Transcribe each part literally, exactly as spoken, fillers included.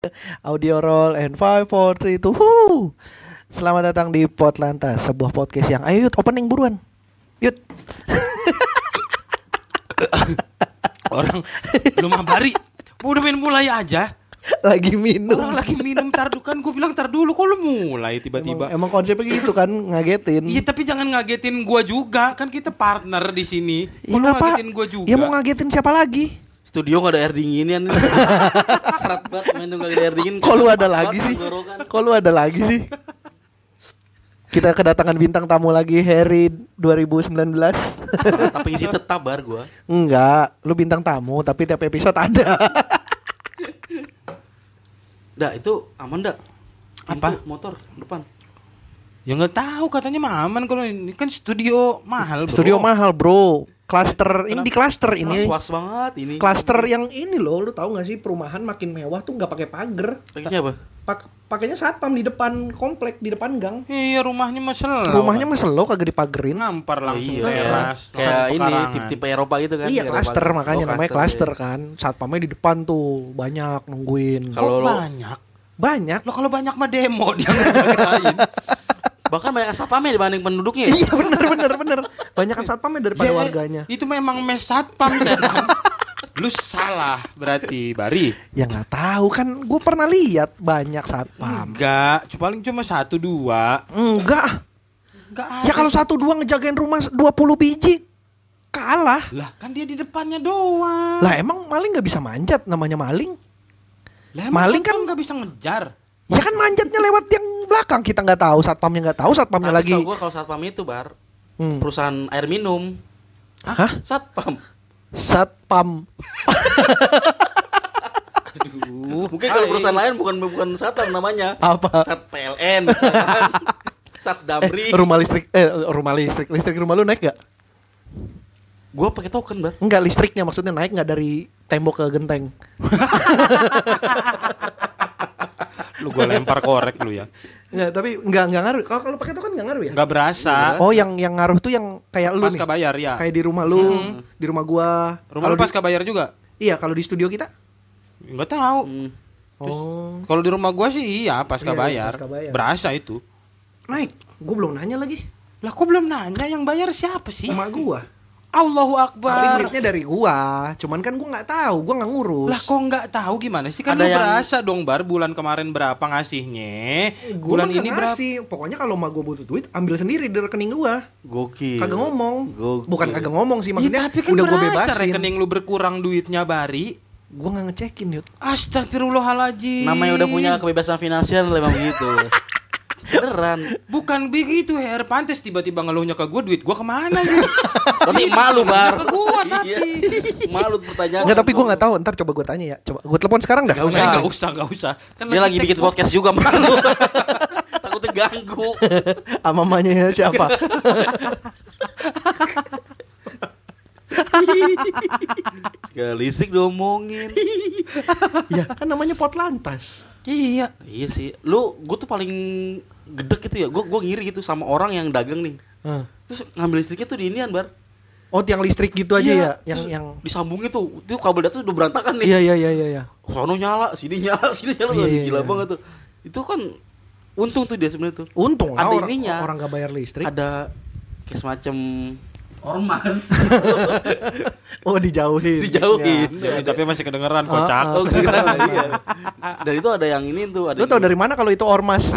Audio roll and five, four, three, two. Woo! Selamat datang di Potlantas, sebuah podcast yang ayo Yud, opening buruan. Yud. Orang lu mah bari. Udah main mulai aja. Lagi minum. Orang lagi minum tar dulu kan gue bilang tar dulu kok lu mulai tiba-tiba. Emang, emang konsepnya gitu kan, ngagetin. Iya tapi jangan ngagetin gua juga, kan kita partner di sini. Ya, Kok lu ngapa? ngagetin gua juga? Ya mau ngagetin siapa lagi? Studio gak ada air dingin ya. Syarat banget main gak ada air dingin. Kok lu ada lagi sih? Kok lu ada lagi sih? Kita kedatangan bintang tamu lagi Harry dua ribu sembilan belas. Tapi isi tetap bar gua. Enggak, lu bintang tamu tapi tiap episode ada. Dah itu aman dah. Apa? Pintu motor depan. Ya nggak tahu katanya mah aman kalau ini kan studio mahal bro. Studio mahal bro. Cluster ini di cluster ini. Was banget ini. Cluster yang ini loh, lu tahu nggak sih perumahan makin mewah tuh nggak pakai pagar. Pakainya apa? Pak pakainya satpam di depan komplek, di depan gang. Iya rumahnya mah selo. Rumahnya mah selo kagak dipagerin. ngampar Oh, langsung iya. teras. Kayak langsung ini pekarangan. tipe-tipe Eropa gitu kan. Iya Eropa. cluster makanya Oh, namanya cluster, cluster kan. Satpamnya di depan tuh banyak nungguin. Kok Kalau lo- banyak? Banyak. Lo kalau banyak mah demo dia ngapain? Bahkan banyak satpamnya dibanding penduduknya. ya? Iya benar benar benar. Banyak kan satpamnya daripada Ya, warganya. Itu memang mes satpam setan. Lu salah berarti Bari. Ya nggak tahu kan, gue pernah lihat banyak satpam. Enggak, cuma paling cuma satu dua. Enggak. Enggak ada. Ya kalau satu dua ngejagain rumah dua puluh biji kalah. Lah kan dia di depannya doang. Lah emang maling nggak bisa manjat, namanya maling. Lah, emang maling satpam kan- nggak bisa ngejar. Ya kan manjatnya lewat yang belakang, kita nggak tahu, satpamnya nggak tahu, satpamnya Tapi lagi. setahu gua kalau satpam itu bar Hmm. perusahaan air minum. Hah? Satpam. Satpam. Aduh, Mungkin kalau perusahaan lain bukan bukan satpam namanya. Apa? Sat P L N. Sat Damri. Eh, rumah listrik, eh rumah listrik, listrik rumah lu naik nggak? Gua pakai token bar. Enggak, listriknya maksudnya naik nggak dari tembok ke genteng? lu gua lempar korek lu ya. Enggak, tapi enggak enggak ngaruh. Kalau kalau pakai token enggak ngaruh ya? Enggak berasa. Oh, yang yang ngaruh tuh yang kayak lu Pasca nih. bayar ya. Kayak di rumah lu, Hmm. di rumah gua. Rumah Kalau lu di- pasca bayar juga? Iya, kalau di studio kita. Enggak tahu. Hmm. Oh, Kalau di rumah gua sih iya pasca Iya, bayar. pasca bayar. Berasa itu. naik. Gua belum nanya lagi. Lah kok belum nanya yang bayar siapa sih? Emak gua. Allahu Tapi Akbar. duitnya dari gua. Cuman kan gua nggak tahu, gua nggak ngurus. Lah kok nggak tahu gimana sih kan Ada lu yang- berasa dong Bar bulan kemarin berapa ngasihnya? Gua Bulan mah ini nggak berapa? ngasih. Pokoknya kalau emak gua butuh duit, ambil sendiri dari rekening gua. Gokil. Kagak ngomong. Gokil. Bukan kagak ngomong sih, maksudnya Ya, tapi kan udah gua berasa bebasin. rekening lu berkurang duitnya Bari. Gua nggak ngecekin, Yud. Astagfirullahaladzim. Namanya udah punya kebebasan finansial memang gitu. Beneran. Bukan begitu Her, pantes tiba-tiba ngeluhnya ke gue duit gue kemana gitu. Tapi malu bar. Ke gua tapi. Malu pertanyaan. Enggak, tapi gua nggak tahu. Ntar coba gua tanya ya. Coba gua telepon sekarang dah. Nggak usah. Enggak usah, enggak usah. Kan Dia lagi take bikin podcast juga malu. Takutnya ganggu. Sama mamanya siapa? Gak listrik diomongin. Ya, kan namanya Potlantas. Iya. Iya sih. Lu gue tuh paling gedek gitu ya. Gue gue ngiri gitu sama orang yang dagang nih. Heeh. Terus ngambil listriknya tuh di inian bar. Oh, tiang listrik gitu aja Iya. ya, yang Terus yang disambungin tuh. Itu kabel data tuh udah berantakan nih. Iya iya iya iya iya. Sono nyala, sini nyala, sini nyala. Iya, iya, Gila iya. banget tuh. Itu kan untung tuh dia sebenarnya tuh. Untung lah Ada orang, ininya. orang gak bayar listrik. Ada kayak semacam ormas. Oh, dijauhin. Dijauhin. Ya. Ya, tapi masih kedengeran Ah, kocak. ah. Oh, kira iya. Dan itu ada yang ini tuh, ada. Lu tau dari mana kalau itu ormas?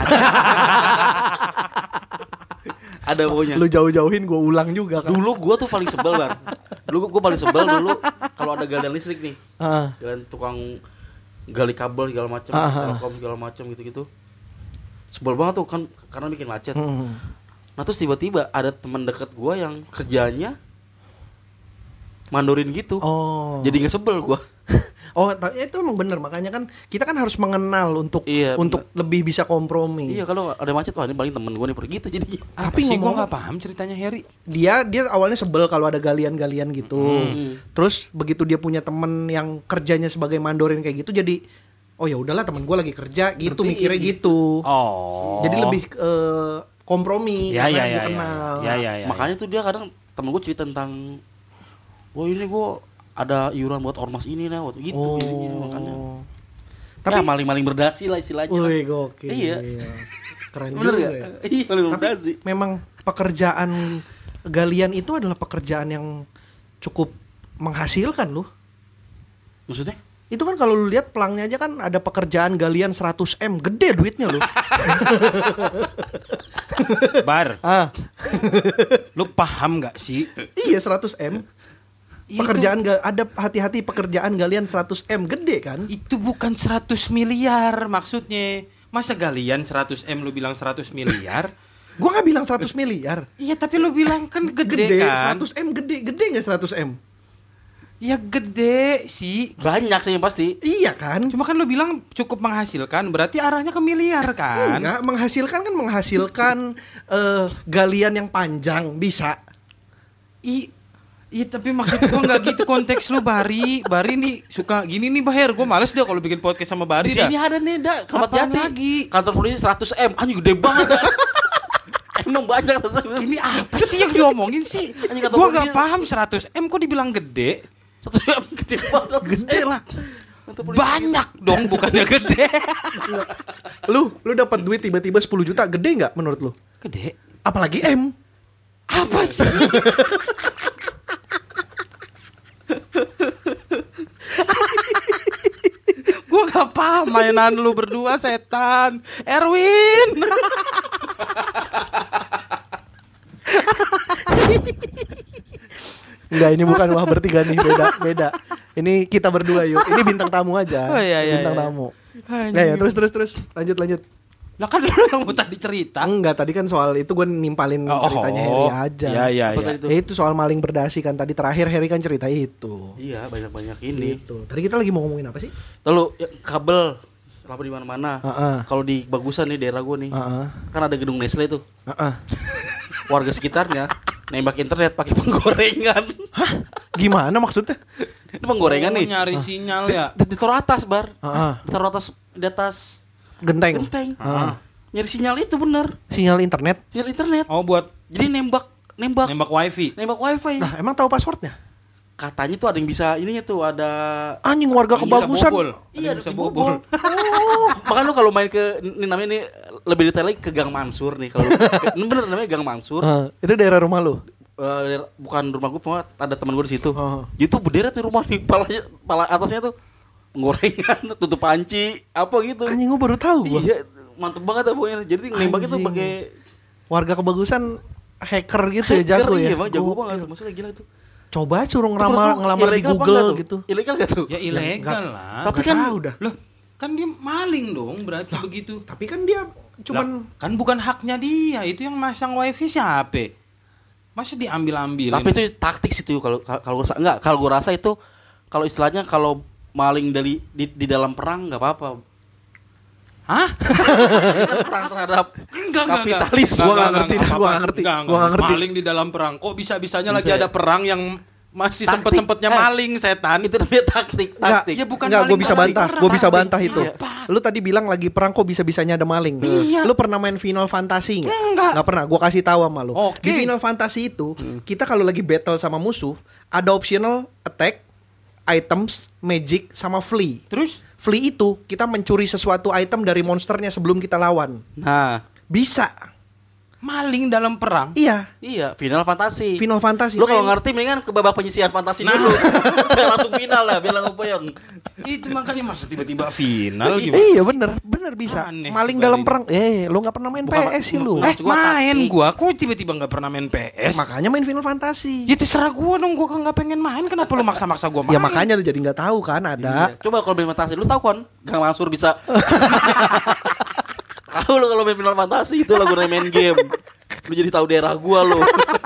Ada pokoknya. Lu jauh-jauhin, gua ulang juga kan. Dulu gua tuh paling sebel bar. Dulu gua paling sebel dulu kalau ada galian listrik nih. Ah. Galian tukang gali kabel segala macam, Ah, ah. telkom segala macam gitu-gitu. Sebel banget tuh kan karena bikin macet. Hmm. Nah terus tiba-tiba ada teman dekat gua yang kerjanya mandorin gitu. Oh. Jadi nggak sebel gua. Oh, ta- ya itu emang bener, makanya kan kita kan harus mengenal untuk Iya, untuk lebih bisa kompromi. Iya kalau ada macet wah ini paling temen gua nih pergi gitu jadinya. Tapi sih gue ngomong- nggak paham ceritanya Harry. Dia dia awalnya sebel kalau ada galian-galian gitu. Hmm. Terus begitu dia punya temen yang kerjanya sebagai mandorin kayak gitu, jadi oh ya udahlah, temen gue lagi kerja gitu, Ngertiin mikirnya gitu. Oh. Jadi lebih eh, kompromi Ya, karena ya, dia ya, kenal. ya, ya, ya. Makanya tuh dia kadang temen gua cerita tentang wah ini gua ada iuran buat ormas ini nah waktu gitu Oh. jadinya makanya. Tapi ya, maling-maling berdasi lah istilahnya. Wih, gokil. Iya. Keren Bener juga gak? ya. Iya, maling Tapi berdasi. memang pekerjaan galian itu adalah pekerjaan yang cukup menghasilkan loh. Maksudnya? Itu kan kalau lu lihat pelangnya aja kan ada pekerjaan galian seratus M, gede duitnya loh. Bar, Ah, lu paham gak sih? iya seratus M. Itu- Pekerjaan ga- ada hati-hati pekerjaan galian seratus M, gede kan? Itu bukan seratus miliar maksudnya. Masa galian seratus M lu bilang seratus miliar? Gua nggak bilang seratus miliar. Iya tapi lu bilang kan gede, Gede, kan? seratus M gede, gede nggak seratus M? Ya gede sih. Banyak sih yang pasti. Iya kan? Cuma kan lu bilang cukup menghasilkan, berarti arahnya ke miliar kan? Enggak, menghasilkan kan menghasilkan eh, galian yang panjang bisa. I Iya tapi maksud gua nggak gitu konteks lu Bari. Bari nih suka gini nih Bahir. Gua males deh kalau bikin podcast sama Bari Di dah. sini ada nih, dah. Kebat Apaan Jati. lagi? Kantor polisi seratus M. Anjing gede banget. Emang banyak rasanya. Ini apa sih yang diomongin sih? Anjing, kata Gua polisi- nggak paham seratus M kok dibilang gede. seratus M gede banget. Gede lah. Kantor polisi. Banyak dong bukannya gede. Lu lu dapat duit tiba-tiba sepuluh juta, gede nggak menurut lu? Gede. Apalagi M. Apa sih? Gua gak paham mainan lu berdua setan. Erwin. Enggak, ini bukan wah bertiga nih, beda, beda. Ini kita berdua yuk. Ini bintang tamu aja. Oh, iya, iya, bintang iya. tamu. Anjing. Ya, ya, terus terus terus. Lanjut lanjut. Lah kan lu yang mau tadi cerita. Enggak, tadi kan soal itu gue nimpalin Oh, ceritanya Harry aja. Iya iya Apa iya. tadi? Ya itu soal maling berdasi kan tadi terakhir Harry kan cerita itu. Iya, banyak-banyak ini. Gitu. Tadi kita lagi mau ngomongin apa sih? Lalu ya, kabel kenapa di mana-mana. Heeh. Kalau di bagusan nih daerah gua nih. Heeh. Kan ada gedung Nestle tuh. Heeh. Warga sekitarnya nembak internet pakai penggorengan. Gimana maksudnya? Itu penggorengan Oh, nih. nyari sinyal ya. Di- Ditaruh atas, Bar. Heeh. Ditaruh atas di atas Genteng. genteng. Heeh. Nyari sinyal itu bener. Sinyal internet. Sinyal internet. Oh buat Jadi nembak nembak nembak wifi. nembak wifi. Nah, emang tahu passwordnya? Katanya tuh ada yang bisa ininya tuh ada Anjing warga Bisa kebagusan. bobol. Iya, bisa dibobol. bobol. Oh, bahkan lu kalau main ke ini namanya nih lebih detail lagi ke Gang Mansur nih kalau ini bener namanya Gang Mansur. Heeh, itu daerah rumah lu. Eh, bukan rumah gue, pokoknya ada teman gue di situ. Heeh. Jadi tuh berderet nih rumah nih, palanya, pala atasnya tuh gorengan, tutup panci, apa gitu. Anjing gua baru tahu gua. Iya, mantep banget pokoknya. Jadi nembak itu Anjing. pakai Warga kebagusan hacker gitu ya, jago ya. Iya, bang, jago Gokil. banget. Maksudnya gila tuh. Coba suruh Itu ngelamar menurut lu ngelamar di ilegal apa Google enggak tuh? gitu. Ilegal gak tuh? Ya ilegal enggak. lah. Tapi Nggak kan tahu dah. Loh, kan dia maling dong berarti begitu. Tapi kan dia cuman Lah, kan bukan haknya dia, itu yang masang wifi siapa? Masa diambil-ambil? Tapi itu taktik sih tuh kalau kalau gue rasa enggak, kalau gue rasa itu kalau istilahnya kalau maling dari di, di dalam perang nggak apa-apa. Hah? Ini kan perang terhadap Enggak, kapitalis. Gua nggak ngerti dah, gua nggak ngerti. Gua nggak ngerti. Maling di dalam perang. Kok bisa-bisanya Bisa lagi ya? ada perang yang masih Taktik. sempet-sempetnya Eh. maling setan? Itu namanya taktik, Enggak, taktik. Ya bukan enggak, gue maling bisa perang, bantah, perang. gue bisa bantah itu. Apa? Lu tadi bilang lagi perang kok bisa-bisanya ada maling. Iya. Lu pernah main Final Fantasy nggak? Enggak. Nggak pernah, gue kasih tahu sama lu. Oke. Di Final Fantasy itu, kita kalau lagi battle sama musuh, ada optional attack, items, magic, sama flee. Terus? Flee itu, kita mencuri sesuatu item dari monsternya sebelum kita lawan. Nah, Bisa. Maling dalam perang? Iya, iya, Final Fantasy. Final Fantasy. Lu kalau Main- ngerti mendingan ke babak penyisian fantasi Nah. dulu. Jangan langsung final lah, bilang upayang. Itu makanya masa tiba-tiba final gimana? Iya bener, bener bisa. Aneh, Maling Bari. dalam perang. Eh, lu nggak pernah main Bukan, P S sih lu. bukan. Eh, Maksud gua main taktik. gua. Kok tiba-tiba nggak pernah main P S? Makanya main Final Fantasy. Ya terserah gua dong, gua kan nggak pengen main. Kenapa lu maksa-maksa gua main? Ya makanya lu jadi nggak tahu kan ada. Iya. Coba kalau main fantasi, lu tahu kan? Gang Mansur bisa. Tahu lu kalau main Final Fantasy itu lagu main game. Lu jadi tahu daerah gua lu.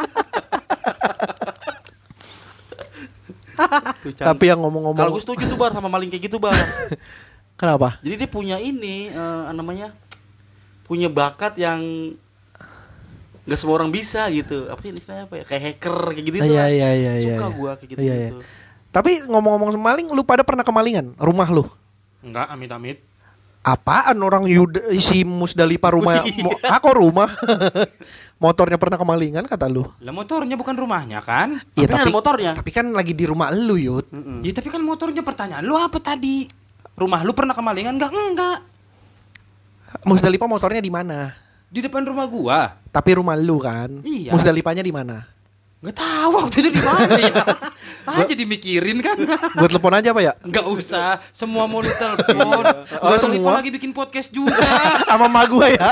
Tapi yang kalau ngomong-ngomong, gue setuju tuh Bar sama maling kayak gitu Bar. kenapa? Jadi dia punya ini eh, namanya punya bakat yang nggak semua orang bisa gitu. Apa sih istilahnya apa ya? Kayak hacker kayak gitu. Iya iya iya iya. Suka iya. gua kayak gitu. Iya, iya. Tapi ngomong-ngomong sama maling, lu pada pernah kemalingan rumah lu? Enggak, amit-amit. Apaan orang Yuda, si Musdalifah rumah? Mo, ah, kok rumah? Motornya pernah kemalingan kata lu? Lah motornya bukan rumahnya kan? Tapi kan ada motornya. Tapi kan lagi di rumah lu Yud. Mm-mm. Ya tapi kan motornya pertanyaan lu apa tadi? rumah lu pernah kemalingan enggak? Enggak. Musdalifah motornya di mana? Di depan rumah gua. Tapi rumah lu kan? Iya. Musdalifahnya di mana? Enggak tahu waktu itu di mana ya. Ah, jadi mikirin kan. Gue telepon aja apa ya? Enggak usah, semua mau lu telepon. Enggak semua. lagi bikin podcast juga. Sama emak gue ya.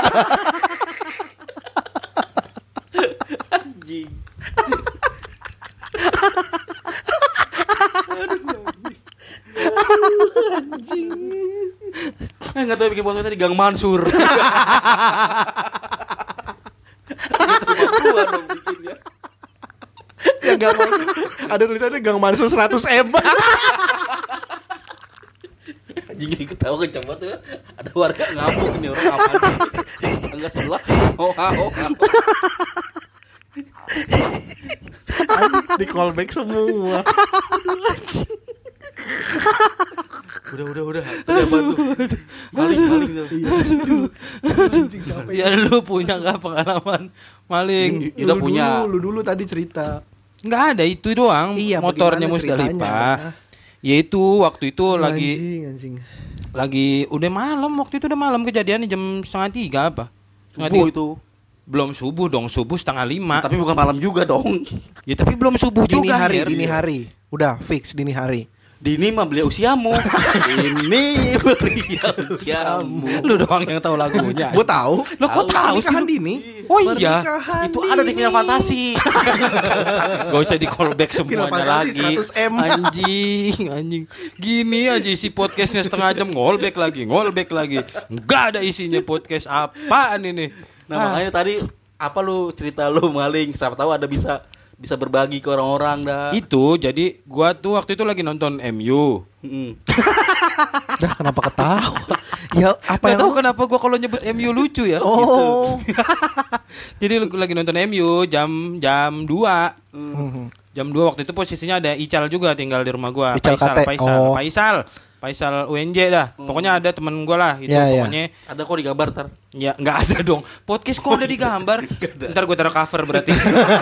Anjing. Eh nggak tahu bikin podcastnya di Gang Mansur. Gua dong bikinnya. Ya Gang Mansur. Ada tulisannya Gang Mansur seratus M. Anjing ini ketawa kencang banget ya. Ada warga ngamuk nih orang apa sih? Enggak sebelah. Oh, oh, oh. Di callback semua. Udah udah udah. Tadi apa tuh? Maling maling tuh. Ya lu punya enggak pengalaman maling? Udah Lu punya. Dulu, lu dulu tadi cerita. Enggak ada, itu doang. Iya, motornya bagaimana Musdalifah. ceritanya? Yaitu waktu itu lagi Anjing, anjing. lagi udah malam, waktu itu udah malam kejadiannya jam setengah tiga apa? Setengah Subuh tiga. itu. Belum subuh dong, subuh setengah lima. Tapi bukan malam juga dong. Ya tapi belum subuh Dini juga. hari, Her. dini hari. Udah fix dini hari. Dini mah belia usiamu. Ini belia usiamu. Lu doang yang tahu lagunya. Gue tahu. Lo kok tahu sih? Pernikahan lu? dini. Oh iya. Pernikahan Itu ada di Final Fantasy. Gak usah di callback Final semuanya Fantasy lagi. seratus M. Anjing, anjing. Gini aja isi podcastnya setengah jam, ngolback lagi, ngolback lagi. Enggak ada isinya podcast apaan ini. Nah Ah. makanya tadi apa lu cerita lu maling, siapa tahu ada bisa bisa berbagi ke orang-orang dah. Itu jadi gua tuh waktu itu lagi nonton M U. Mm-mm. Dah kenapa ketawa? Ya apa Gak yang tahu kenapa gua kalau nyebut M U lucu ya. Oh. Jadi lu lagi nonton M U jam jam dua. Mhm. Jam dua waktu itu posisinya ada Ical juga tinggal di rumah gua. Ical Faisal, Kate. Faisal, Oh. Faisal, Faisal U N J dah. Pokoknya ada temen gua lah itu Ya, ya. pokoknya. Ada kok di gambar tar. Ya nggak ada dong. Podcast kok ada di gambar. Ntar gue taruh cover berarti.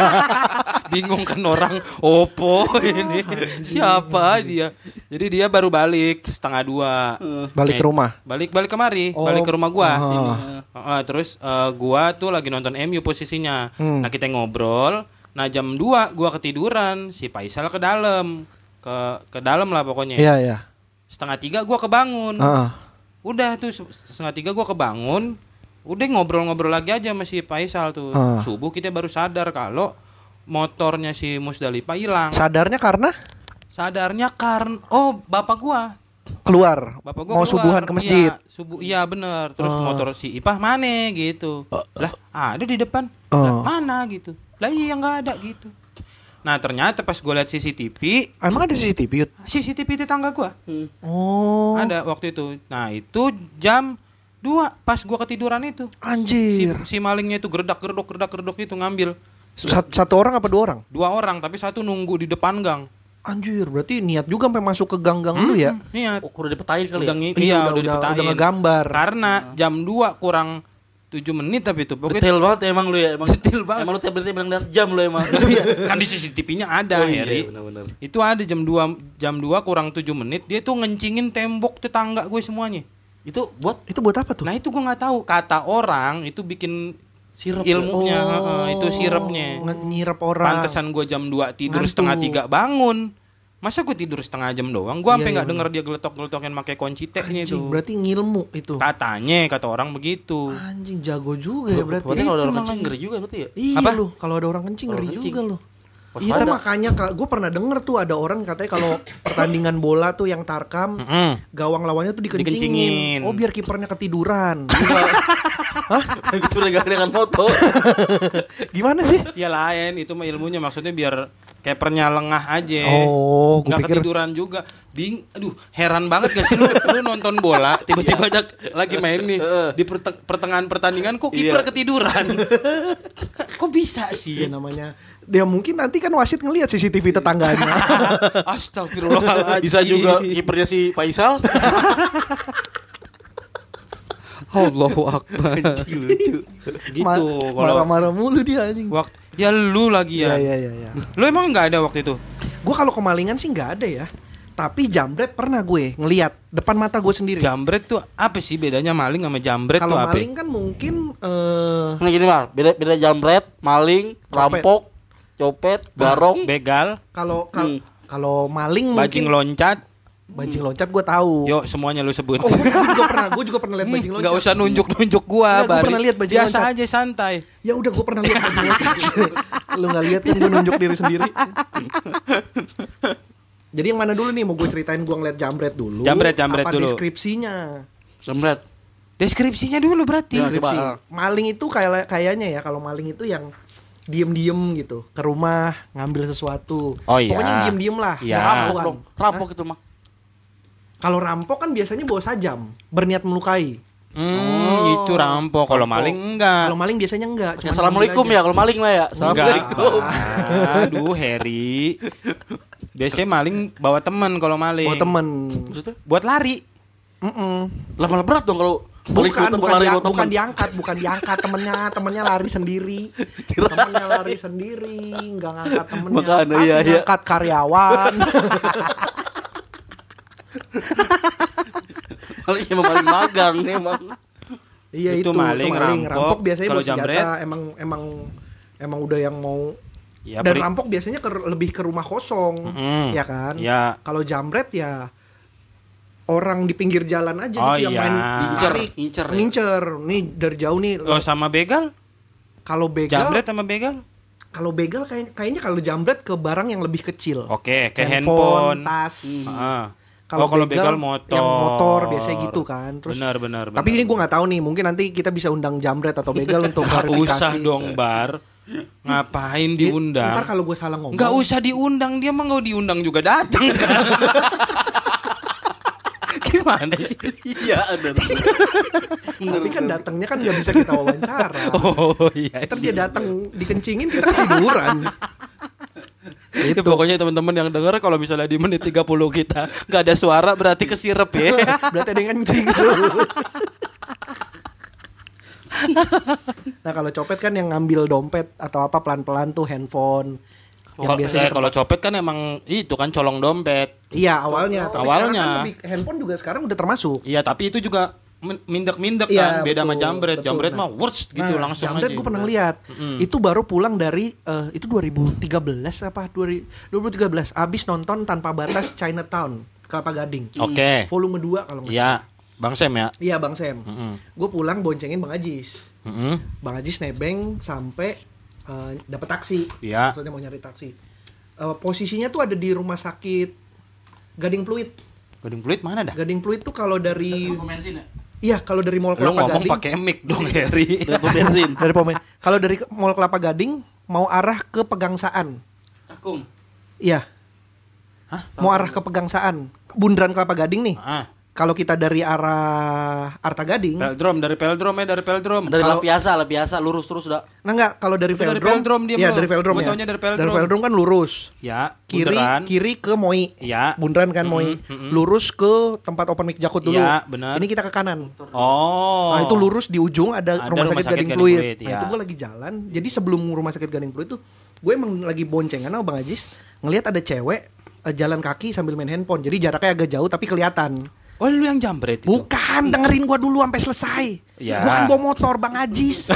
Bingung kan orang. Opo ini siapa dia? Jadi dia baru balik setengah dua. Balik ke rumah. Balik balik kemari. Oh. Balik ke rumah gua. Ah. Sini. Uh, terus uh, gua tuh lagi nonton M U posisinya. Hmm. Nah kita ngobrol. Nah jam dua gua ketiduran. Si Faisal ke dalam. Ke ke dalam lah pokoknya. Iya, iya. Setengah tiga gua kebangun. Heeh. Udah tuh se- setengah tiga gua kebangun. Udah ngobrol-ngobrol lagi aja sama si Faisal tuh. Ah. Subuh kita baru sadar kalau motornya si Musdalifah hilang. Sadarnya karena Sadarnya karena oh bapak gua. keluar. Bapak gua Mau keluar. subuhan ke masjid. Iya, subuh iya bener. Terus Ah. motor si Ipah mana gitu. Lah ada di depan. Ah. Lah mana gitu. Lah iya enggak ada gitu. Nah ternyata pas gua lihat C C T V, Emang ada C C T V? Yud? C C T V tetangga gua. Hmm. Oh. Ada waktu itu. Nah itu jam dua pas gua ketiduran itu. Si, Anjir. si malingnya itu gerdak gerdok gerdak gerdok itu ngambil Sat- Satu orang apa dua orang? dua orang tapi satu nunggu di depan gang. Anjir, berarti niat juga sampai masuk ke gang-gang lu ya? Iya. Oh, udah dipetain kali Udah ya? ngi- Iya, iya, udah- udah, udah- dipetain. udah ngegambar. Karena jam dua kurang tujuh menit tapi itu pokoknya Detail banget ya emang lu ya, emang Detail banget. Emang lu tiap berarti bilang lihat jam lu emang. kan di C C T V-nya ada Oh iya, Heri. benar-benar. Itu ada jam dua jam dua kurang tujuh menit dia tuh ngencingin tembok tetangga gue semuanya. Itu buat Itu buat apa tuh? Nah itu gue nggak tahu kata orang itu bikin sirup ilmunya Oh, heeh, itu sirupnya. nge- nyirep orang. Pantesan gue jam dua tidur Ngantuk. setengah tiga bangun. Masa gue tidur setengah jam doang? Gue sampai Iya, nggak iya, denger dia geletok-geletokin pakai kunci T-nya Anjing, itu. berarti ngilmu itu. Katanya kata orang begitu. Anjing jago juga ya berarti. Berarti kalau ada Itu orang kencing makanya. ngeri juga berarti ya? Iya Apa? lu, kalau ada orang kencing Orang ngeri kencing. juga lu. Waspada. Iya, itu makanya gue pernah denger tuh ada orang katanya kalau pertandingan bola tuh yang tarkam, Mm-mm. gawang lawannya tuh dikencingin. Dikencingin. Oh biar kipernya ketiduran. Itu udah dengan moto. Gimana sih? Ya lain itu mah ilmunya maksudnya biar kepernya lengah aja. Oh, gue Nggak pikir ketiduran juga. Bing, aduh, heran banget gak sih lu, lu nonton bola, tiba-tiba ada lagi main nih di perte- pertengahan pertandingan kok kiper Iya. ketiduran. K- kok bisa sih? ya namanya. Dia mungkin nanti kan wasit ngelihat C C T V tetangganya. Astagfirullahaladzim. Bisa juga kipernya si Faisal. Allahu Akbar. Lucu. Gitu Ma- kalau marah-marah mulu dia anjing. waktu ya lu lagi Iya ya. iya iya ya. Lu emang nggak ada waktu itu? Gue kalau kemalingan sih nggak ada ya. Tapi jambret pernah gue ngelihat depan mata gue sendiri. Jambret tuh apa sih bedanya maling sama jambret Kalau tuh apa? maling kan mungkin eh Nah gini mal, beda beda jambret, maling, Copet. rampok, copet, garong. Begal, kalau kal- Hmm. kalau maling bajing mungkin loncat. bajing loncat gue tahu. Yuk semuanya lu sebut. Oh, gue juga pernah, gue juga pernah lihat bajing loncat. Enggak usah nunjuk-nunjuk gua, Nggak, gua Bari. pernah lihat bajing Biasa loncat. aja santai. Ya udah gue pernah lihat bajing loncat. Lu nggak lihat kan gue nunjuk diri sendiri. Jadi yang mana dulu nih mau gue ceritain gue ngeliat jambret dulu. Jambret, jambret apa dulu. deskripsinya? Jambret. Deskripsinya dulu berarti. Ya, Deskripsi. coba. Maling itu kayak kayaknya ya kalau maling itu yang diem-diem gitu ke rumah ngambil sesuatu. Oh, iya. Pokoknya yang diem-diem lah. Iya. nggak Rampok rampok dong. Rampok itu mah. Kalau rampok kan biasanya bawa sajam, berniat melukai. Hmm, Oh, itu rampok. Kalau rampok. maling enggak. Kalau maling biasanya enggak. Ya, assalamualaikum ya kalau maling lah ya. Enggak. Assalamualaikum. Aduh, Heri. Biasanya maling bawa teman kalau maling. Bawa temen. Maksudnya? Buat lari. Mm-mm. Lah malah berat dong kalau Bukan, ikut bukan, lari dia- sama bukan temen. diangkat, bukan diangkat temennya, temennya lari sendiri, temennya lari sendiri, nggak ngangkat temennya, Makanya, tapi iya, iya. ngangkat karyawan. Maling emang maling magang nih emang. Iya Itu itu, maling, itu maling, rampok. rampok biasanya Kalau bawa senjata, jambret? emang emang emang udah yang mau. Ya, Dan beri- rampok biasanya ke, lebih ke rumah kosong, Mm-mm. ya kan? Ya. Kalau jambret ya orang di pinggir jalan aja Oh, gitu yang iya. main Ngincer, tarik, ngincer ya? ngincer. Nih dari jauh nih. Oh, sama begal? Kalau begal, Jambret sama begal? kalau begal kayak, kayaknya kalau jambret ke barang yang lebih kecil. Oke, kayak handphone. tas. Ah. Kalau oh, kalau begal, begal motor. yang motor biasanya gitu kan. Terus benar, benar, tapi benar, ini gue benar. nggak tahu nih, mungkin nanti kita bisa undang jambret atau begal untuk Nggak klarifikasi. usah dong, Bar. Ngapain Di- diundang? Ntar kalau gue salah ngomong. Nggak usah diundang, dia mah nggak diundang juga datang kan. Gimana sih? Iya ada. Tapi kan datangnya kan nggak bisa kita wawancara. Oh iya. Ntar dia datang dikencingin kita tiduran. Itu pokoknya teman-teman yang denger kalau misalnya di menit tiga puluh kita nggak ada suara berarti kesirep ya. Berarti ada yang kencing. Nah kalau copet kan yang ngambil dompet atau apa pelan-pelan tuh handphone. Yang Kalau biasanya eh, kalau copet kan emang itu kan colong dompet. Iya awalnya. Tapi Awalnya. sekarang kan lebih, handphone juga sekarang udah termasuk. Iya, tapi itu juga min- mindek-mindek Iya, kan, beda sama betul, jambret. betul. Jambret Nah, mah worst gitu Nah, langsung jambret aja. gue pernah lihat. Mm-mm. Itu baru pulang dari eh, itu dua ribu tiga belas apa dua ribu tiga belas abis nonton Tanpa Batas Chinatown Kelapa Gading. Oke. Volume dua kalau nggak Iya, Bang Sam ya. Iya Bang Sam. Mm-mm. Gue pulang boncengin Bang Ajis. Mm-mm. Bang Ajis nebeng sampai eh, dapet taksi. Iya. Maksudnya mau nyari taksi. Eh, posisinya tuh ada di rumah sakit Gading Pluit. Gading Pluit mana dah? Gading Pluit tuh kalau dari Pom bensin ya? iya kalau dari Mall Lu Kelapa ngomong Gading pakai mic dong, Heri. Lihat pom bensin. dari pom kalau dari Mall Kelapa Gading mau arah ke Pegangsaan. Cakung. Iya. Hah? Mau arah ke Pegangsaan. Bundaran Kelapa Gading nih. Ah, Kalau kita dari arah Arta Gading, Peldrom dari Peldrom ya, dari Peldrom. Dari Kalau- lah biasa, lah biasa lurus terus udah. nah enggak kalau dari Itu dari Veldrom, Veldrom dia iya belum. dari Veldrom Gua ya. taunya dari Veldrom. Dari Veldrom kan lurus. Ya, Kiri bundaran. kiri ke Moi. Ya. Bundaran kan Moi. Mm-mm, mm-mm. Lurus ke tempat open mic Jakut dulu. Iya, benar. Ini kita ke kanan. Oh. Nah, itu lurus di ujung ada, Ada rumah rumah sakit sakit Gading Gading Pluit. Pluit, Nah, iya. itu gue lagi jalan. Jadi sebelum rumah sakit Gading Pluit itu, gue emang lagi boncengan sama Bang Ajis, ngelihat ada cewek eh, jalan kaki sambil main handphone. Jadi jaraknya agak jauh tapi kelihatan. Oh, lu yang jambret itu. Bukan, dengerin gua dulu sampai selesai. Ya. Gua kan bawa motor Bang Ajis.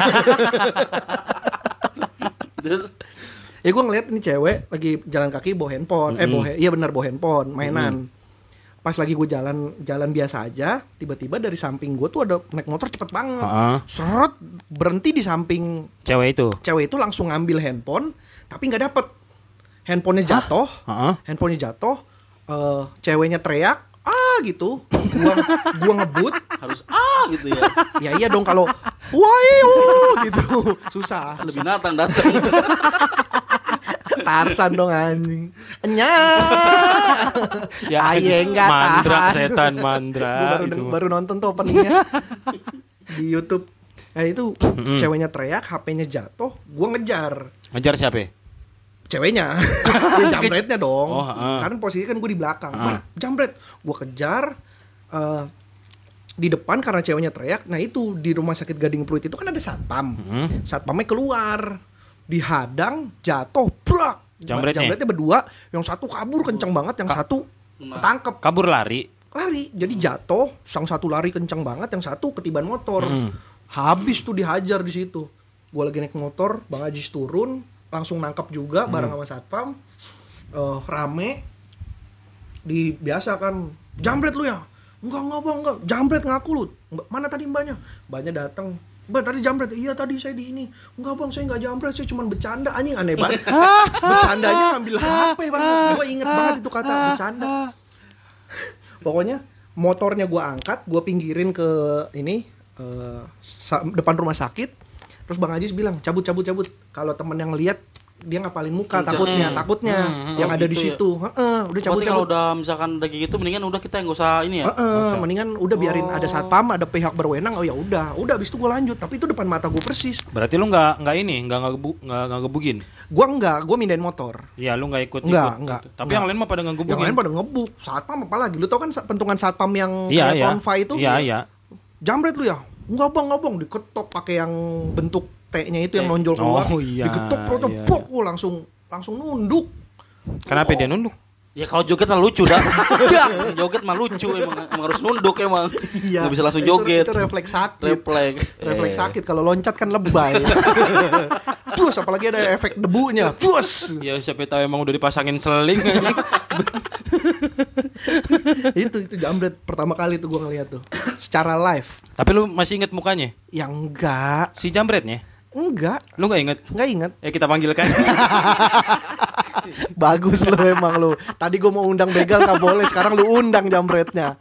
Terus Ya gua ngeliat ini cewek lagi jalan kaki bawa handphone. Eh, bawa, iya benar bawa handphone, mainan. Pas lagi gue jalan jalan biasa aja, tiba-tiba dari samping gue tuh ada naik motor cepet banget. Heeh. Seret, berhenti di samping Cewek itu. cewek itu langsung ngambil handphone, tapi nggak dapet. Handphonenya jatuh, Heeh. handphonenya jatuh, eh, ceweknya teriak, ah gitu. Gua gua ngebut, harus ah gitu ya. ya iya dong kalau wayo gitu susah. Ada binatang datang. Tarsan dong anjing. Enya. Ya, Aye enggak mandra, tahan. setan mandra. Gua baru, itu mah. baru nonton tuh openingnya di YouTube. Nah itu Mm-mm. ceweknya teriak, H P-nya jatuh, gua ngejar Ngejar siapa? ya? ceweknya. Dia jambretnya dong. Oh, heeh. Karena posisinya kan gue di belakang. Heeh. Wah, jambret. Gua kejar eh, di depan karena ceweknya teriak. Nah itu di rumah sakit Gading Pluit itu kan ada satpam. Hmm. Satpamnya keluar, dihadang, jatuh, brak. Jambretnya? Jambretnya berdua, yang satu kabur kenceng banget, yang Ka- satu Nah. Ketangkep. Kabur lari. Lari, jadi jatuh, yang satu lari kencang banget, yang satu ketiban motor. Hmm. Habis tuh dihajar di situ. Gue lagi naik motor, Bang Ajis turun, langsung nangkap juga bareng sama satpam. Uh, rame. Di biasa kan, jambret lu ya? Enggak, enggak bang, enggak. Jambret ngaku lu. Mbak, mana tadi mbaknya? Mbaknya datang. Mbak tadi jambret? Iya tadi saya di ini. Enggak bang, saya enggak jambret, saya cuma bercanda. Anjing aneh banget. Bercandanya ngambil H P bang. Gue inget banget itu kata bercanda. Pokoknya motornya gue angkat, gue pinggirin ke ini uh, sa- depan rumah sakit. Terus Bang Ajis bilang cabut cabut cabut. Kalau temen yang lihat dia ngapalin muka Jangan. takutnya, takutnya Hmm, yang oh, ada gitu di ya. situ. Heeh, udah cabut Berarti kalau cabut. udah misalkan udah kayak gitu mendingan udah kita nggak usah ini ya. Heeh, mendingan udah biarin Oh. ada satpam, ada pihak berwenang. Oh ya udah, udah abis itu gue lanjut. Tapi itu depan mata gue persis. Berarti lu nggak nggak ini, nggak ngegebu, nggak nggak ngegebugin. Gue enggak, gue mindahin motor. Iya, lu nggak ikut. Enggak, ikut. enggak, Tapi enggak. yang lain mah pada Yang ngegebugin. lain pada ngebuk. Satpam apalagi? Lu tau kan sa- pentungan satpam yang Iya, kayak iya. konva itu? Iya, iya. Jambret lu ya? Enggak bang, enggak bang. Diketok pakai yang bentuk T-nya itu yang nonjol keluar. Oh, iya, Diketok perutnya, iya, pok, gua langsung langsung nunduk. Kenapa dia nunduk? Ya kalau joget mah lucu dah. Dah, joget mah lucu emang, emang harus nunduk emang. Nggak bisa langsung Itu- joget. Itu refleks sakit. Refleks. Refleks Eh. sakit. Kalau loncat kan lebay. Bus, apalagi ada efek debunya. Bus. Ya siapa tahu emang udah dipasangin seling aja. itu itu jambret pertama kali tuh gua ngeliat tuh. Secara live. Tapi lu masih inget mukanya? Yang enggak, Si jambretnya? enggak, Lu nggak inget? enggak inget. Ya kita panggilkan. Bagus lu emang lu. Tadi gua mau undang begal gak boleh, sekarang lu undang jambretnya.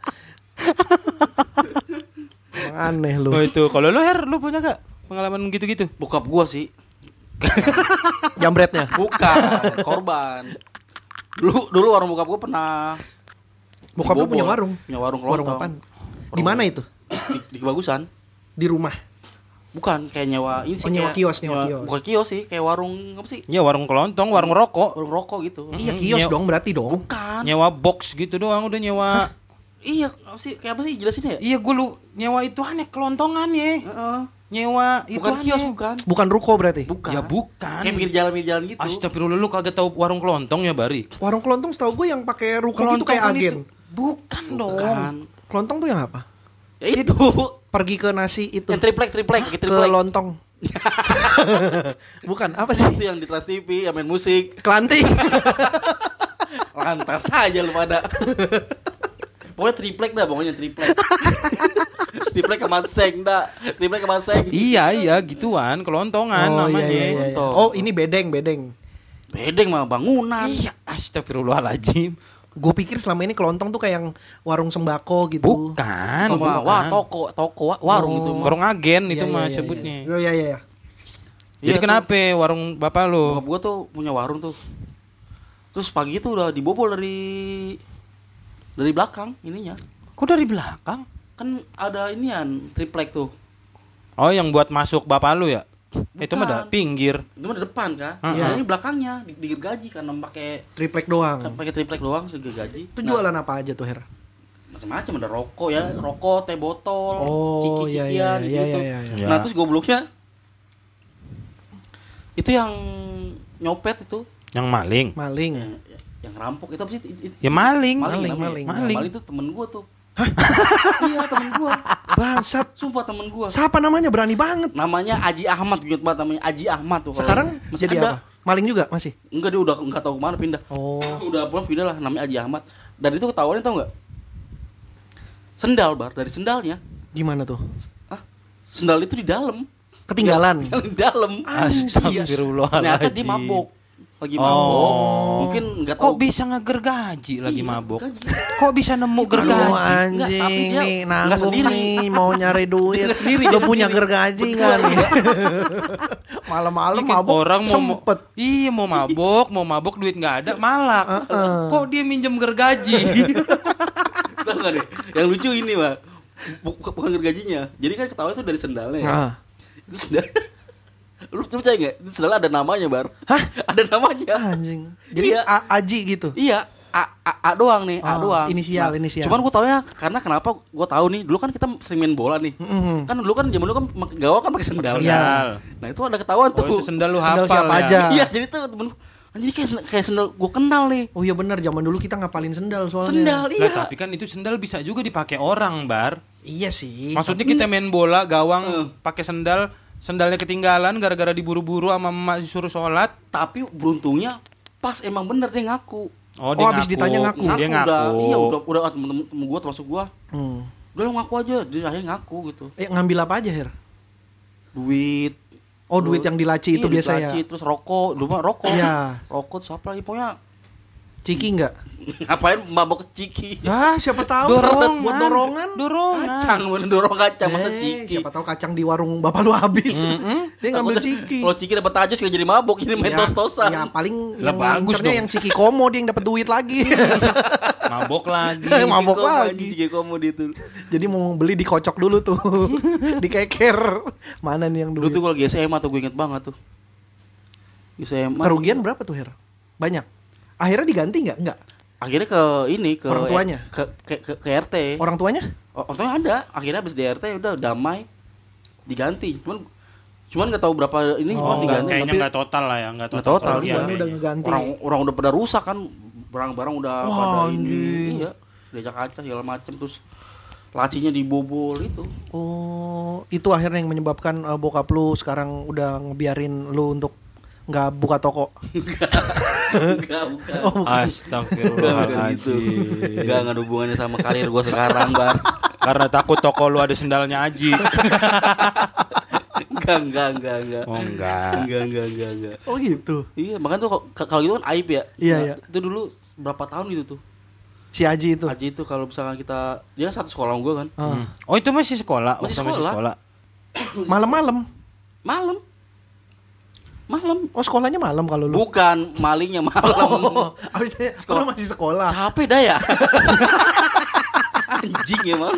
Emang aneh lu. Oh itu, kalau lu Her, lu punya gak pengalaman gitu-gitu? Bokap gua sih. Jambretnya. Bukan, korban. Dulu dulu warung bokap gua pernah Bokap lu dibobol. punya warung. Punya warung Warung kelontong. apaan? Di mana itu? Di, di Kebagusan. Di rumah. Bukan, kayak nyewa ini sih Oh, nyewa kayak kios, nyewa kios. Bukan kios sih, kayak warung apa sih? Ya warung kelontong, warung rokok. Warung rokok gitu. Iya Mhm, kios nyewa- dong berarti dong. Bukan. Nyewa box gitu doang udah nyewa. Iya, apa sih? Kayak apa sih jelasin ya? Iya gue lu nyewa itu aneh kelontongan ya. Heeh. Nyewa itu Bukan kios, aneh. bukan. Bukan ruko berarti. Bukan. Ya bukan. Kayak pinggir jalan pinggir jalan gitu. Astagfirullah lu kagak tahu warung kelontong ya Bari? Warung kelontong setahu gue yang pakai ruko itu Kelontong kayak kan agen. itu. Bukan dong. Bukan. Kelontong tuh yang apa? Ya itu. Pergi ke nasi itu. Yang triplek triplek, kayak Ke triplek. lontong. Bukan, apa sih? Itu yang di Trans T V yang main musik. Kelanting. Lantas aja lu pada. Pokoknya triplek dah, pokoknya triplek. Triplek ke Manseng dah. Triplek ke Manseng. Iya iya gituan kelontongan Oh, namanya. iya, iya, iya. Kelontong. Oh, ini bedeng, bedeng. Bedeng mah bangunan. Iya, astagfirullahaladzim. Gue pikir selama ini kelontong tuh kayak yang warung sembako gitu. Bukan, Oh, bukan. wah, toko, toko, wa- warung Oh. itu mah. Warung agen itu Iya, mah iya, iya, sebutnya. Iya, iya, iya. Jadi Iya, kenapa warung bapak lu? Bokap gua tuh punya warung tuh. Terus pagi tuh udah dibobol dari dari belakang ininya. Kok dari belakang? Kan ada inian triplek tuh. Oh, yang buat masuk bapak lu ya? Itu mah ada Bukan. pinggir. Itu mah di depan kan. Heeh. Nah, ini belakangnya di, digergaji karena pakai Triplek doang. kan pakai triplek doang segergaji. Itu jualan apa aja tuh, Her? Macam-macam ada rokok ya, rokok, teh botol, Oh, iya, iya, ciki-cikian iya, gitu. iya, iya, iya. Nah, terus gobloknya itu yang nyopet itu, Yang maling. Maling. yang, yang rampok itu apa sih? Itu- itu- Ya maling. Maling, namanya. maling. Maling. Maling itu temen gua tuh. Iya temen gua. Bangsat. Sumpah temen gua. Siapa namanya? Berani banget. Namanya Aji Ahmad, gue inget banget namanya Aji Ahmad tuh. Kalau- Sekarang masih jadi ada. apa? Maling juga masih? Enggak, dia udah enggak tahu kemana pindah. Oh. Udah pulang pindah lah, namanya Aji Ahmad. Dan itu ketahuannya tau nggak? Sendal bar, dari sendalnya. Gimana tuh? Ah, sendal itu di dalam. Ketinggalan. Di dalam. Astagfirullahaladzim. Ternyata dia mabok. Lagi Oh. mabok. Mungkin enggak tahu. Kok bisa ngegergaji lagi Iya, mabok? gergaji. Kok bisa nemu Aduh gergaji? Enggak, tapi anjing dia nih nggak nanggung sendiri. nih mau nyari duit. Nggak sendiri, Lu dia punya sendiri. gergaji nggak nih? Malam-malam Ini kan mabuk orang mau sempet. Iya mau mabok, mau mabok duit nggak ada, malak. Heeh. Kok dia minjem gergaji? Tahu nggak deh? Yang lucu ini, Pak. Bukan, bukan gergajinya. Jadi kan ketawa itu dari sendalnya. Ya. Nah. Itu sendal. Lu percaya nggak? Itu sendal ada namanya, Bar. Hah? Ada namanya. Anjing. Jadi Iya. A- Aji gitu. Iya, A, A, A doang nih, A Oh, doang. inisial, inisial. Cuman gue tau ya, karena kenapa gue tahu nih, dulu kan kita sering main bola nih. Mm-mm. Kan dulu kan zaman dulu kan mak- gawang kan pakai sendal. Iya. Nah itu ada ketahuan tuh. Oh itu sendal lu Sendal hafal siapa ya? aja? Iya, jadi tuh temen Anjir kayak kayak sendal gue kenal nih. Oh iya benar, zaman dulu kita ngapalin sendal soalnya. Sendal Lah iya. tapi kan itu sendal bisa juga dipakai orang, Bar. Iya sih. Maksudnya kita main bola gawang Eh. pakai sendal, sendalnya ketinggalan gara-gara diburu-buru sama emak disuruh sholat. Tapi beruntungnya pas emang bener dia ngaku. Oh, Oh, habis ditanya ngaku. Dia Udah, ngaku. iya udah udah ah, temen-temen gue termasuk gue. Hmm. Udah lo ngaku aja, dia akhirnya ngaku gitu. Eh ngambil apa aja, Her? Duit. Oh, duit yang di laci itu Iya, biasa di ya. laci, terus rokok, dulu mah rokok. Iya. Rokok terus apa lagi pokoknya Ciki enggak? ngapain mabok ciki. Ah, siapa tahu Dorongan. buat dorongan. Dorongan. Kacang bener dorong kacang masa Eh, ciki. siapa tahu kacang di warung bapak lu habis. Dia ngambil Takutnya ciki. Kalau ciki dapat tajus gak jadi mabok, ini main Ya, tos-tosan. Ya paling Lah, yang bagus ngincernya dong. yang ciki komo dia yang dapat duit lagi. Mabok lagi. Eh, mabok Ciki komo, lagi. anjing, Ciki komo dia tuh. Jadi mau beli dikocok dulu tuh. Dikeker. Mana nih yang Dulu duit? tuh kalau lagi S M A tuh gue inget banget tuh. S M A. Kerugian berapa tuh, Her? Banyak. Akhirnya diganti nggak? Nggak. Akhirnya ke ini ke Orang tuanya? ke ke, ke, ke R T. Orang tuanya? O- Orang tuanya ada. Akhirnya habis di R T udah damai. Diganti. Cuman cuman nggak tahu berapa ini Oh, cuman diganti. Kayaknya Tapi nggak total lah ya, nggak total. Nggak total, kerugian iya. Tuanya udah kayaknya. ngeganti. orang orang udah pada rusak kan, barang-barang udah Wah, pada anjing. ini. Iya. Diajak kaca segala macem, terus lacinya dibobol itu. Oh, itu akhirnya yang menyebabkan uh, bokap lu sekarang udah ngebiarin lu untuk nggak buka toko. Enggak, bukan. Oh, bukan. Enggak, enggak gitu. Astagfirullahaladzim. Enggak, enggak ada hubungannya sama karir gua sekarang, Bar. Karena takut toko lu ada sendalnya Aji. Enggak, enggak, enggak, enggak. Oh enggak. Enggak, enggak, enggak, enggak. Oh gitu. Iya, makanya tuh k- kalau gitu kan aib ya. Iya, Nah, iya. Itu dulu berapa tahun gitu tuh. Si Aji itu. Aji itu kalau misalkan kita dia satu sekolah sama gua kan. Ah. Hmm. Oh itu masih sekolah? Masih Waktu sekolah. Malam-malam. Malam. Malam. Oh, sekolahnya malam kalau lu. Bukan malingnya malam. Oh, abis tanya, sekolah masih sekolah. Capek dah ya. Anjing emang.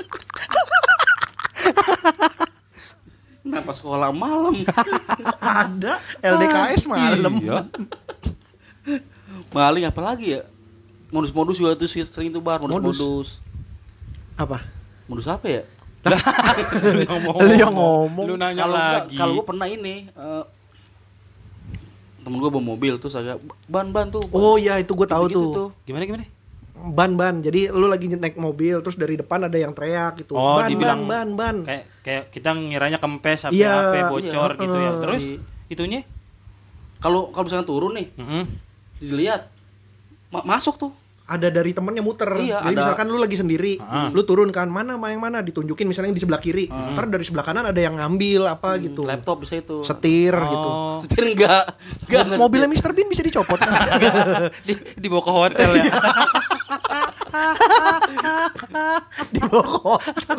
Kenapa sekolah malam? Ada L D K S malam. Iya. Maling apa lagi ya? Modus-modus juga tuh sering tuh Bar, modus-modus. Apa? Modus apa ya? Lu ngomong. Lu yang ngomong. Lu nanya Kalau enggak, lagi. kalau gua pernah ini eh, temen gua bawa mobil terus agak ban-ban tuh. ban. Oh iya, itu gue tahu Gitu-gitu tuh. Gimana gimana? Ban-ban. Jadi lu lagi naik mobil terus dari depan ada yang teriak gitu. Oh, ban, dibilang ban, ban, ban. Kayak kayak kita ngiranya kempes apa Iya, apa bocor iya, gitu ya. uh, Terus di- itunya? Kalau kalau misalnya turun nih, Mm-mm. dilihat ma- masuk tuh. Ada dari temennya muter. Iya, Jadi ada. misalkan lu lagi sendiri, Ah. lu turun kan, mana mana yang mana ditunjukin misalnya yang di sebelah kiri. Ntar dari sebelah kanan ada yang ngambil apa gitu. Hmm, Laptop bisa itu. Setir gitu. Oh. Setir enggak. Enggak. enggak Mobilnya setir. mister Bean bisa dicopot. di dibawa ke hotel ya. Di bawah hotel.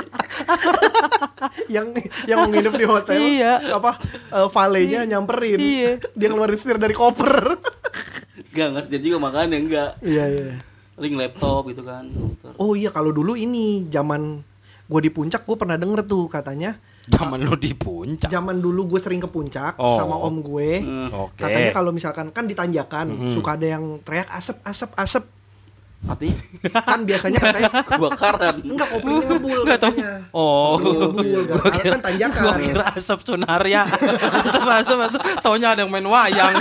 yang yang nginep di hotel. Iya. Apa eh, valenya nyamperin. Iya. Dia ngeluarin setir dari koper. Enggak, enggak setir juga makanya enggak. Iya iya. Link laptop gitu kan. Oh iya, kalau dulu ini zaman gue di puncak, gue pernah denger tuh katanya Zaman lu di puncak. zaman dulu gue sering ke puncak Oh. sama om gue. Hmm. Oke. Katanya kalau misalkan kan di tanjakan Mm-mm. suka ada yang teriak asap asap asap. Mati Kan biasanya katanya kebakaran. enggak, kopinya ngebul Enggak tahu. katanya. Oh. Kopinya ngebul kan, kan tanjakan. Gua kira asap sunaria. Asap asap asap. Taunya ada yang main wayang.